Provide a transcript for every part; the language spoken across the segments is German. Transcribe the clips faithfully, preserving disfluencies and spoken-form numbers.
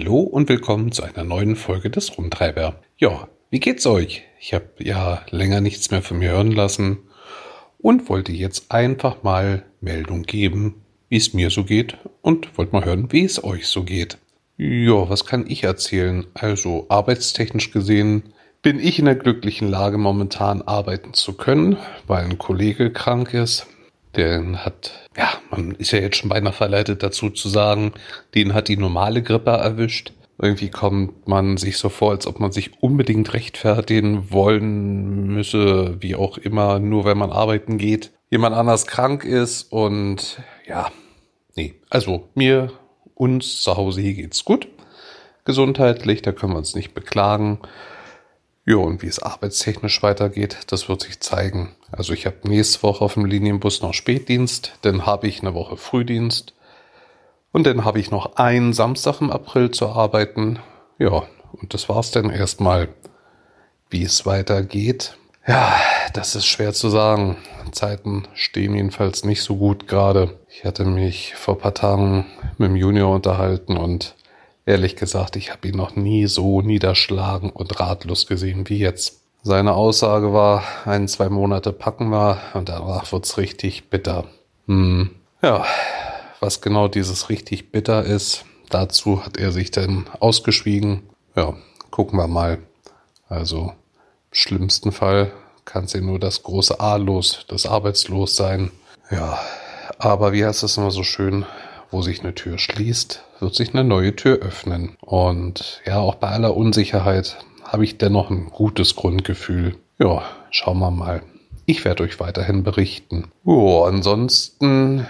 Hallo und willkommen zu einer neuen Folge des Rumtreiber. Ja, wie geht's euch? Ich habe ja länger nichts mehr von mir hören lassen und wollte jetzt einfach mal Meldung geben, wie es mir so geht und wollte mal hören, wie es euch so geht. Ja, was kann ich erzählen? Also arbeitstechnisch gesehen bin ich in der glücklichen Lage, momentan arbeiten zu können, weil ein Kollege krank ist. Den hat, ja, man ist ja jetzt schon beinahe verleitet dazu zu sagen, den hat die normale Grippe erwischt. Irgendwie kommt man sich so vor, als ob man sich unbedingt rechtfertigen wollen müsse, wie auch immer, nur wenn man arbeiten geht. Jemand anders krank ist und ja, nee, also mir, uns zu Hause hier geht's gut. Gesundheitlich, da können wir uns nicht beklagen. Ja, und wie es arbeitstechnisch weitergeht, das wird sich zeigen. Also ich habe nächste Woche auf dem Linienbus noch Spätdienst, dann habe ich eine Woche Frühdienst und dann habe ich noch einen Samstag im April zu arbeiten. Ja, und das war's dann erstmal. Wie es weitergeht, ja, das ist schwer zu sagen. Zeiten stehen jedenfalls nicht so gut gerade. Ich hatte mich vor ein paar Tagen mit dem Junior unterhalten und ehrlich gesagt, ich habe ihn noch nie so niederschlagen und ratlos gesehen wie jetzt. Seine Aussage war, ein, zwei Monate packen wir und danach wird's richtig bitter. Hm. Ja, was genau dieses richtig bitter ist, dazu hat er sich dann ausgeschwiegen. Ja, gucken wir mal. Also im schlimmsten Fall kann es ja nur das große A-Los, das Arbeitslos-Sein. Ja, aber wie heißt es immer so schön, wo sich eine Tür schließt, wird sich eine neue Tür öffnen. Und ja, auch bei aller Unsicherheit habe ich dennoch ein gutes Grundgefühl. Ja, schauen wir mal. Ich werde euch weiterhin berichten. Oh, ansonsten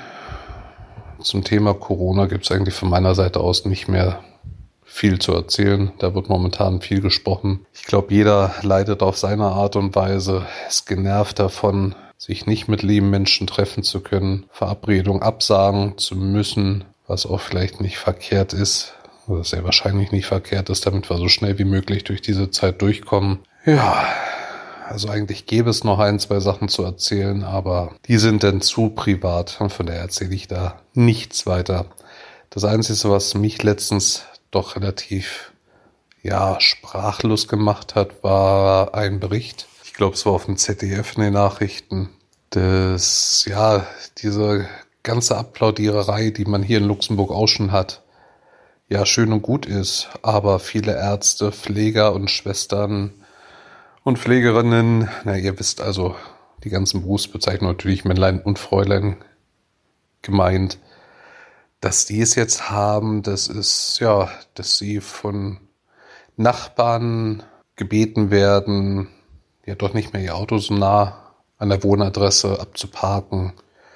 zum Thema Corona gibt es eigentlich von meiner Seite aus nicht mehr viel zu erzählen. Da wird momentan viel gesprochen. Ich glaube, jeder leidet auf seine Art und Weise, ist genervt davon, sich nicht mit lieben Menschen treffen zu können, Verabredungen absagen zu müssen, was auch vielleicht nicht verkehrt ist, oder sehr wahrscheinlich nicht verkehrt ist, damit wir so schnell wie möglich durch diese Zeit durchkommen. Ja, also eigentlich gäbe es noch ein, zwei Sachen zu erzählen, aber die sind dann zu privat und von daher erzähle ich da nichts weiter. Das Einzige, was mich letztens doch relativ, ja, sprachlos gemacht hat, war ein Bericht. Ich glaube, es war auf dem Z D F in den Nachrichten, dass, ja, diese ganze Applaudiererei, die man hier in Luxemburg auch schon hat, ja, schön und gut ist, aber viele Ärzte, Pfleger und Schwestern und Pflegerinnen, na, ihr wisst also, die ganzen Berufsbezeichnungen, natürlich Männlein und Fräulein gemeint, dass die es jetzt haben, das ist, ja, dass sie von Nachbarn gebeten werden, ja, doch nicht mehr ihr Auto so nah an der Wohnadresse abzuparken.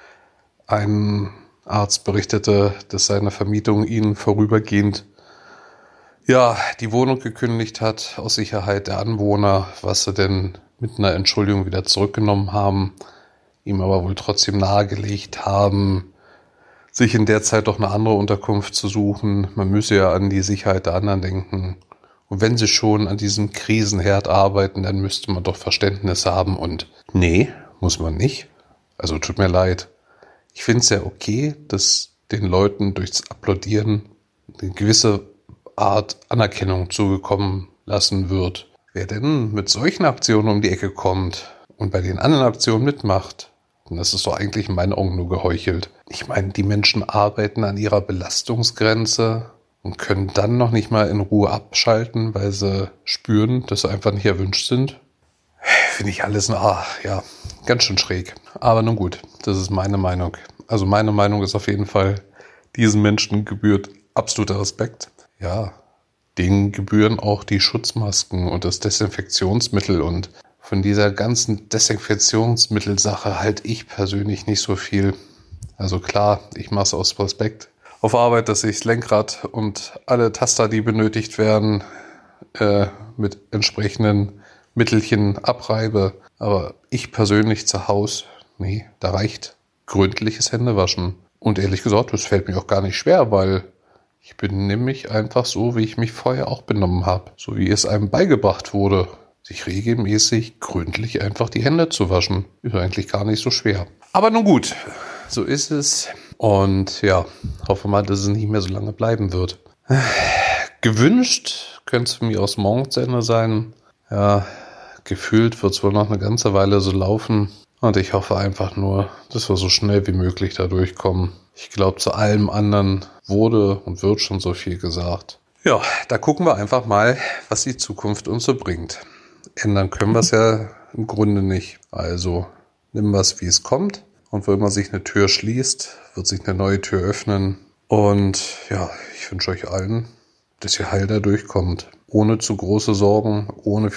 Ein Arzt berichtete, dass seine Vermietung ihn vorübergehend, ja, die Wohnung gekündigt hat aus Sicherheit der Anwohner, was sie denn mit einer Entschuldigung wieder zurückgenommen haben, ihm aber wohl trotzdem nahegelegt haben, sich in der Zeit doch eine andere Unterkunft zu suchen. Man müsse ja an die Sicherheit der anderen denken. Und wenn sie schon an diesem Krisenherd arbeiten, dann müsste man doch Verständnis haben. Und nee, muss man nicht. Also tut mir leid. Ich finde es ja okay, dass den Leuten durchs Applaudieren eine gewisse Art Anerkennung zugekommen lassen wird. Wer denn mit solchen Aktionen um die Ecke kommt und bei den anderen Aktionen mitmacht, dann ist es doch eigentlich in meinen Augen nur geheuchelt. Ich meine, die Menschen arbeiten an ihrer Belastungsgrenze und können dann noch nicht mal in Ruhe abschalten, weil sie spüren, dass sie einfach nicht erwünscht sind. Finde ich alles, ah, ja, ganz schön schräg. Aber nun gut, das ist meine Meinung. Also meine Meinung ist auf jeden Fall, diesen Menschen gebührt absoluter Respekt. Ja, denen gebühren auch die Schutzmasken und das Desinfektionsmittel. Und von dieser ganzen Desinfektionsmittelsache halte ich persönlich nicht so viel. Also klar, ich mache es aus Respekt auf Arbeit, dass ich das Lenkrad und alle Taster, die benötigt werden, äh, mit entsprechenden Mittelchen abreibe. Aber ich persönlich zu Hause, nee, da reicht gründliches Händewaschen. Und ehrlich gesagt, das fällt mir auch gar nicht schwer, weil ich bin nämlich einfach so, wie ich mich vorher auch benommen habe. So wie es einem beigebracht wurde, sich regelmäßig gründlich einfach die Hände zu waschen. Ist eigentlich gar nicht so schwer. Aber nun gut, so ist es. Und ja, hoffe mal, dass es nicht mehr so lange bleiben wird. Gewünscht könnte es für mich aus morgens zu Ende sein. Ja, gefühlt wird es wohl noch eine ganze Weile so laufen. Und ich hoffe einfach nur, dass wir so schnell wie möglich da durchkommen. Ich glaube, zu allem anderen wurde und wird schon so viel gesagt. Ja, da gucken wir einfach mal, was die Zukunft uns so bringt. Ändern können wir es ja im Grunde nicht. Also nimm was, wie es kommt. Und wenn man sich eine Tür schließt, wird sich eine neue Tür öffnen. Und ja, ich wünsche euch allen, dass ihr heil da durchkommt. Ohne zu große Sorgen, ohne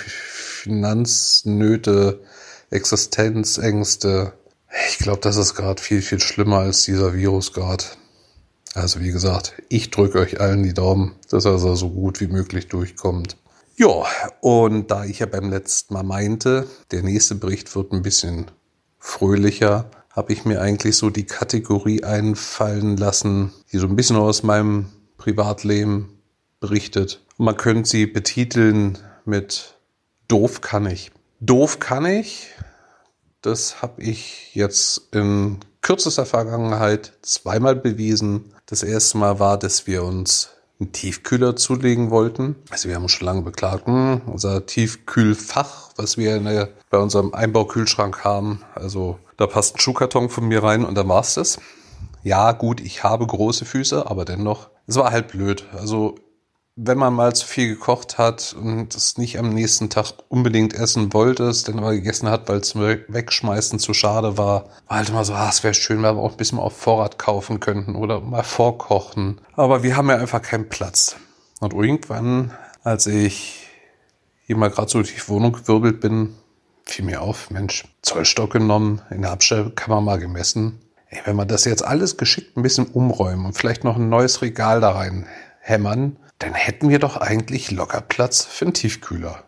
Finanznöte, Existenzängste. Ich glaube, das ist gerade viel, viel schlimmer als dieser Virus gerade. Also wie gesagt, ich drücke euch allen die Daumen, dass er so gut wie möglich durchkommt. Ja, und da ich ja beim letzten Mal meinte, der nächste Bericht wird ein bisschen fröhlicher, habe ich mir eigentlich so die Kategorie einfallen lassen, die so ein bisschen aus meinem Privatleben berichtet. Und man könnte sie betiteln mit Doof kann ich. Doof kann ich, das habe ich jetzt in kürzester Vergangenheit zweimal bewiesen. Das erste Mal war, dass wir uns einen Tiefkühler zulegen wollten. Also wir haben uns schon lange beklagt, hm, unser Tiefkühlfach, was wir in der, bei unserem Einbaukühlschrank haben, also da passt ein Schuhkarton von mir rein und dann war's das. Ja gut, ich habe große Füße, aber dennoch, es war halt blöd. Also wenn man mal zu viel gekocht hat und es nicht am nächsten Tag unbedingt essen wollte, es dann aber gegessen hat, weil es wegschmeißen zu schade war, war halt immer so, ah, es wäre schön, wenn wir auch ein bisschen auf Vorrat kaufen könnten oder mal vorkochen. Aber wir haben ja einfach keinen Platz. Und irgendwann, als ich hier mal gerade so durch die Wohnung gewirbelt bin, fiel mir auf, Mensch, Zollstock genommen, in der Abstellkammer mal gemessen. Ey, wenn wir das jetzt alles geschickt ein bisschen umräumen und vielleicht noch ein neues Regal da rein hämmern, dann hätten wir doch eigentlich locker Platz für einen Tiefkühler.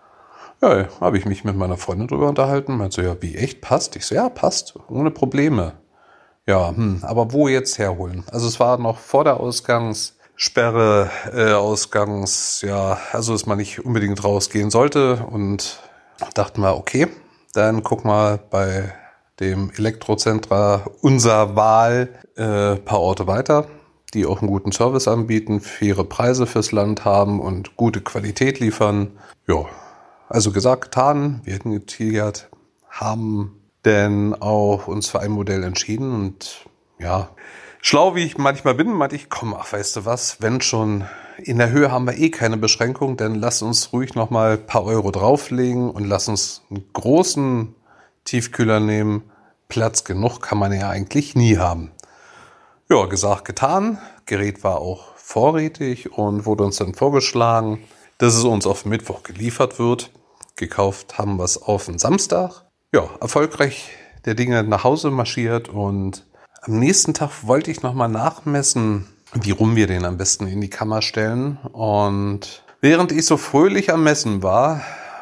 Ja, habe ich mich mit meiner Freundin drüber unterhalten. Meinte so, ja, wie, echt, passt? Ich so, ja, passt, ohne Probleme. Ja, hm, aber wo jetzt herholen? Also es war noch vor der Ausgangssperre, äh, Ausgangs, ja, also dass man nicht unbedingt rausgehen sollte. Und dachten wir, okay, dann guck mal bei dem Elektrozentra unserer Wahl äh, paar Orte weiter, die auch einen guten Service anbieten, faire Preise fürs Land haben und gute Qualität liefern. Ja, also gesagt, getan, wir hätten getigert, haben denn auch uns für ein Modell entschieden und ja, schlau wie ich manchmal bin, meinte ich, komm, ach, weißt du was, wenn schon, in der Höhe haben wir eh keine Beschränkung, dann lass uns ruhig nochmal ein paar Euro drauflegen und lass uns einen großen Tiefkühler nehmen. Platz genug kann man ja eigentlich nie haben. Ja, gesagt, getan. Gerät war auch vorrätig und wurde uns dann vorgeschlagen, dass es uns auf Mittwoch geliefert wird. Gekauft haben wir es auf den Samstag. Ja, erfolgreich der Dinge nach Hause marschiert und am nächsten Tag wollte ich nochmal nachmessen, wie rum wir den am besten in die Kammer stellen. Und während ich so fröhlich am Messen war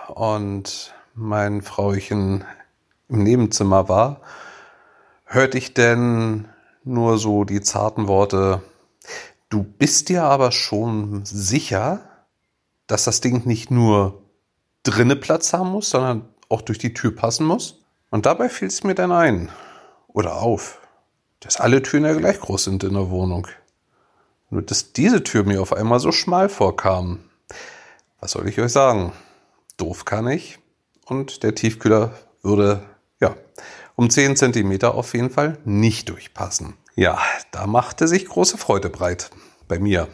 und mein Frauchen im Nebenzimmer war, hörte ich denn nur so die zarten Worte, du bist dir aber schon sicher, dass das Ding nicht nur drinnen Platz haben muss, sondern auch durch die Tür passen muss? Und dabei fiel es mir dann ein oder auf, dass alle Türen ja gleich groß sind in der Wohnung. Nur dass diese Tür mir auf einmal so schmal vorkam. Was soll ich euch sagen? Doof kann ich. Und der Tiefkühler würde, ja, um zehn Zentimeter auf jeden Fall nicht durchpassen. Ja, da machte sich große Freude breit bei mir.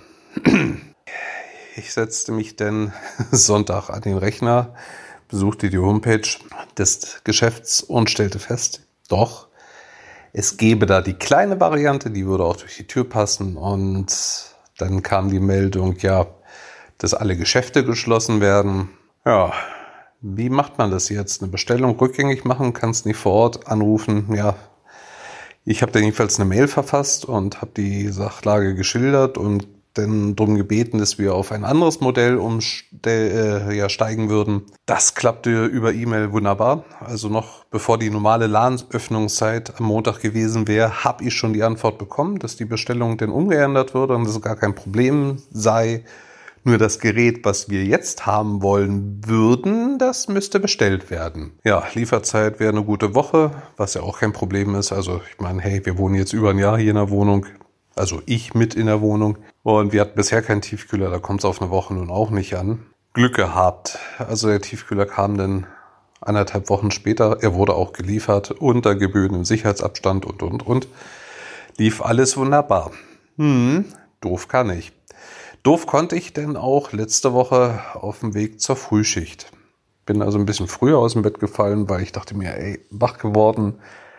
Ich setzte mich dann Sonntag an den Rechner, besuchte die Homepage des Geschäfts und stellte fest, doch, es gäbe da die kleine Variante, die würde auch durch die Tür passen. Und dann kam die Meldung, ja, dass alle Geschäfte geschlossen werden. Ja, wie macht man das jetzt? Eine Bestellung rückgängig machen, kannst nicht vor Ort anrufen. Ja, ich habe dann jedenfalls eine Mail verfasst und habe die Sachlage geschildert und dann darum gebeten, dass wir auf ein anderes Modell umsteigen äh, ja, steigen würden. Das klappte über E-Mail wunderbar. Also noch bevor die normale Ladenöffnungszeit am Montag gewesen wäre, habe ich schon die Antwort bekommen, dass die Bestellung dann umgeändert würde und dass es gar kein Problem sei. Nur das Gerät, was wir jetzt haben wollen würden, das müsste bestellt werden. Ja, Lieferzeit wäre eine gute Woche, was ja auch kein Problem ist. Also ich meine, hey, wir wohnen jetzt über ein Jahr hier in der Wohnung. Also ich mit in der Wohnung. Und wir hatten bisher keinen Tiefkühler, da kommt es auf eine Woche nun auch nicht an. Glück gehabt. Also der Tiefkühler kam dann anderthalb Wochen später. Er wurde auch geliefert unter gebührendem Sicherheitsabstand und, und, und. Lief alles wunderbar. Hm, doof kann ich. Doof konnte ich denn auch letzte Woche auf dem Weg zur Frühschicht. Bin also ein bisschen früher aus dem Bett gefallen, weil ich dachte mir, ey, wach geworden.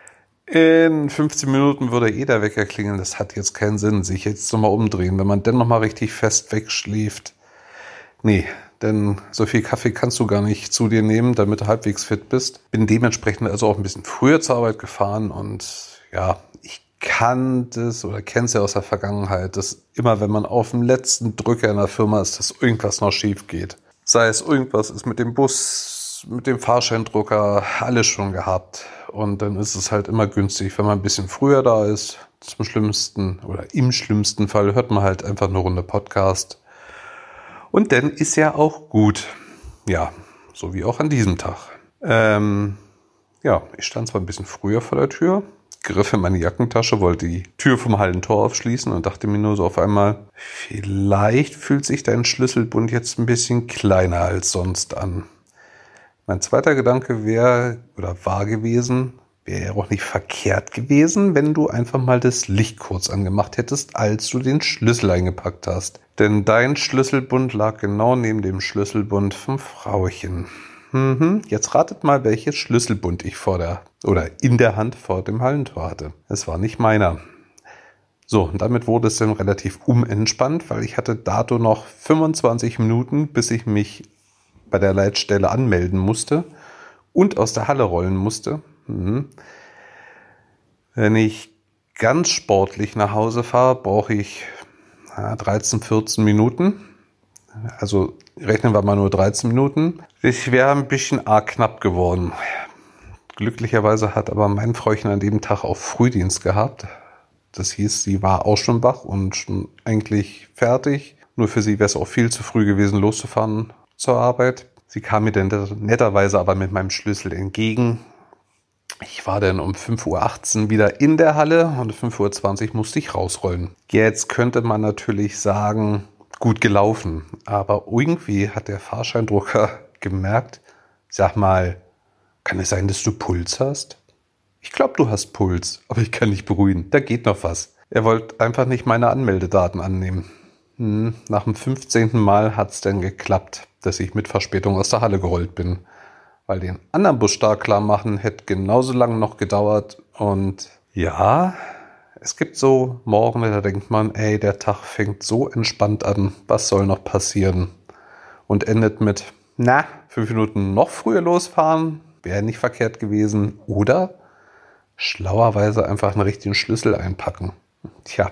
In fünfzehn Minuten würde eh der Wecker klingeln. Das hat jetzt keinen Sinn, sich jetzt nochmal umdrehen. Wenn man dann nochmal richtig fest wegschläft. Nee, denn so viel Kaffee kannst du gar nicht zu dir nehmen, damit du halbwegs fit bist. Bin dementsprechend also auch ein bisschen früher zur Arbeit gefahren und ja, ich kann das oder kenne es ja aus der Vergangenheit, dass immer, wenn man auf dem letzten Drücker in der Firma ist, dass irgendwas noch schief geht. Sei es irgendwas ist mit dem Bus, mit dem Fahrscheindrucker, alles schon gehabt. Und dann ist es halt immer günstig, wenn man ein bisschen früher da ist. Zum schlimmsten oder im schlimmsten Fall hört man halt einfach eine Runde Podcast. Und dann ist ja auch gut. Ja, so wie auch an diesem Tag. Ähm, ja, ich stand zwar ein bisschen früher vor der Tür, griff in meine Jackentasche, wollte die Tür vom Hallentor aufschließen und dachte mir nur so auf einmal, vielleicht fühlt sich dein Schlüsselbund jetzt ein bisschen kleiner als sonst an. Mein zweiter Gedanke wäre oder war gewesen, wäre ja auch nicht verkehrt gewesen, wenn du einfach mal das Licht kurz angemacht hättest, als du den Schlüssel eingepackt hast. Denn dein Schlüsselbund lag genau neben dem Schlüsselbund vom Frauchen. Mhm. Jetzt ratet mal, welches Schlüsselbund ich vor der oder in der Hand vor dem Hallentor hatte. Es war nicht meiner. So, und damit wurde es dann relativ unentspannt, weil ich hatte dato noch fünfundzwanzig Minuten, bis ich mich bei der Leitstelle anmelden musste und aus der Halle rollen musste. Mhm. Wenn ich ganz sportlich nach Hause fahre, brauche ich ja, dreizehn, vierzehn Minuten. Also rechnen wir mal nur dreizehn Minuten. Ich wäre ein bisschen arg knapp geworden. Glücklicherweise hat aber mein Frauchen an dem Tag auch Frühdienst gehabt. Das hieß, sie war auch schon wach und schon eigentlich fertig. Nur für sie wäre es auch viel zu früh gewesen, loszufahren zur Arbeit. Sie kam mir dann netterweise aber mit meinem Schlüssel entgegen. Ich war dann um fünf Uhr achtzehn wieder in der Halle und um fünf Uhr zwanzig musste ich rausrollen. Jetzt könnte man natürlich sagen, gut gelaufen. Aber irgendwie hat der Fahrscheindrucker gemerkt, sag mal, kann es sein, dass du Puls hast? Ich glaube, du hast Puls, aber ich kann dich beruhigen. Da geht noch was. Er wollte einfach nicht meine Anmeldedaten annehmen. Hm, nach dem fünfzehnten Mal hat es dann geklappt, dass ich mit Verspätung aus der Halle gerollt bin. Weil den anderen Bus stark klar machen hätte genauso lange noch gedauert. Und ja, es gibt so Morgen, da denkt man, ey, der Tag fängt so entspannt an. Was soll noch passieren? Und endet mit, na, fünf Minuten noch früher losfahren, wäre nicht verkehrt gewesen. Oder schlauerweise einfach einen richtigen Schlüssel einpacken. Tja,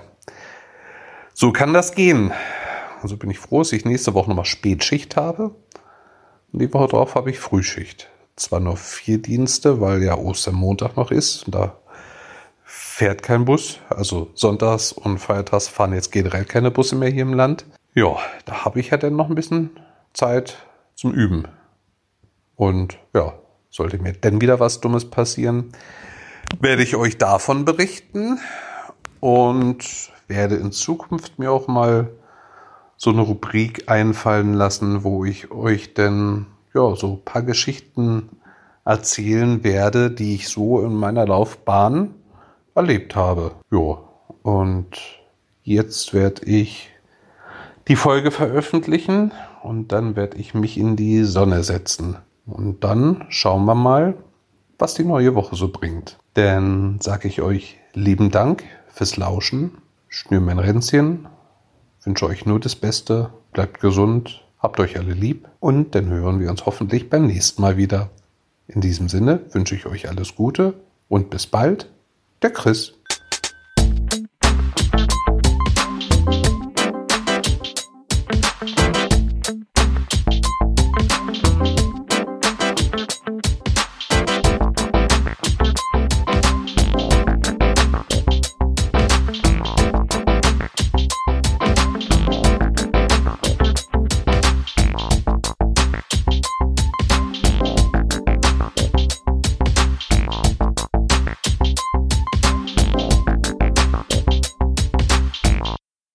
so kann das gehen. Also bin ich froh, dass ich nächste Woche nochmal Spätschicht habe. Und die Woche drauf habe ich Frühschicht. Zwar nur vier Dienste, weil ja Ostermontag noch ist. Da fährt kein Bus. Also sonntags und feiertags fahren jetzt generell keine Busse mehr hier im Land. Ja, da habe ich ja dann noch ein bisschen Zeit zum Üben. Und ja, sollte mir denn wieder was Dummes passieren, werde ich euch davon berichten und werde in Zukunft mir auch mal so eine Rubrik einfallen lassen, wo ich euch denn ja so ein paar Geschichten erzählen werde, die ich so in meiner Laufbahn erlebt habe. Ja, und jetzt werde ich die Folge veröffentlichen und dann werde ich mich in die Sonne setzen. Und dann schauen wir mal, was die neue Woche so bringt. Denn sage ich euch lieben Dank fürs Lauschen, schnür mein Ränzchen, wünsche euch nur das Beste, bleibt gesund, habt euch alle lieb und dann hören wir uns hoffentlich beim nächsten Mal wieder. In diesem Sinne wünsche ich euch alles Gute und bis bald, der Chris.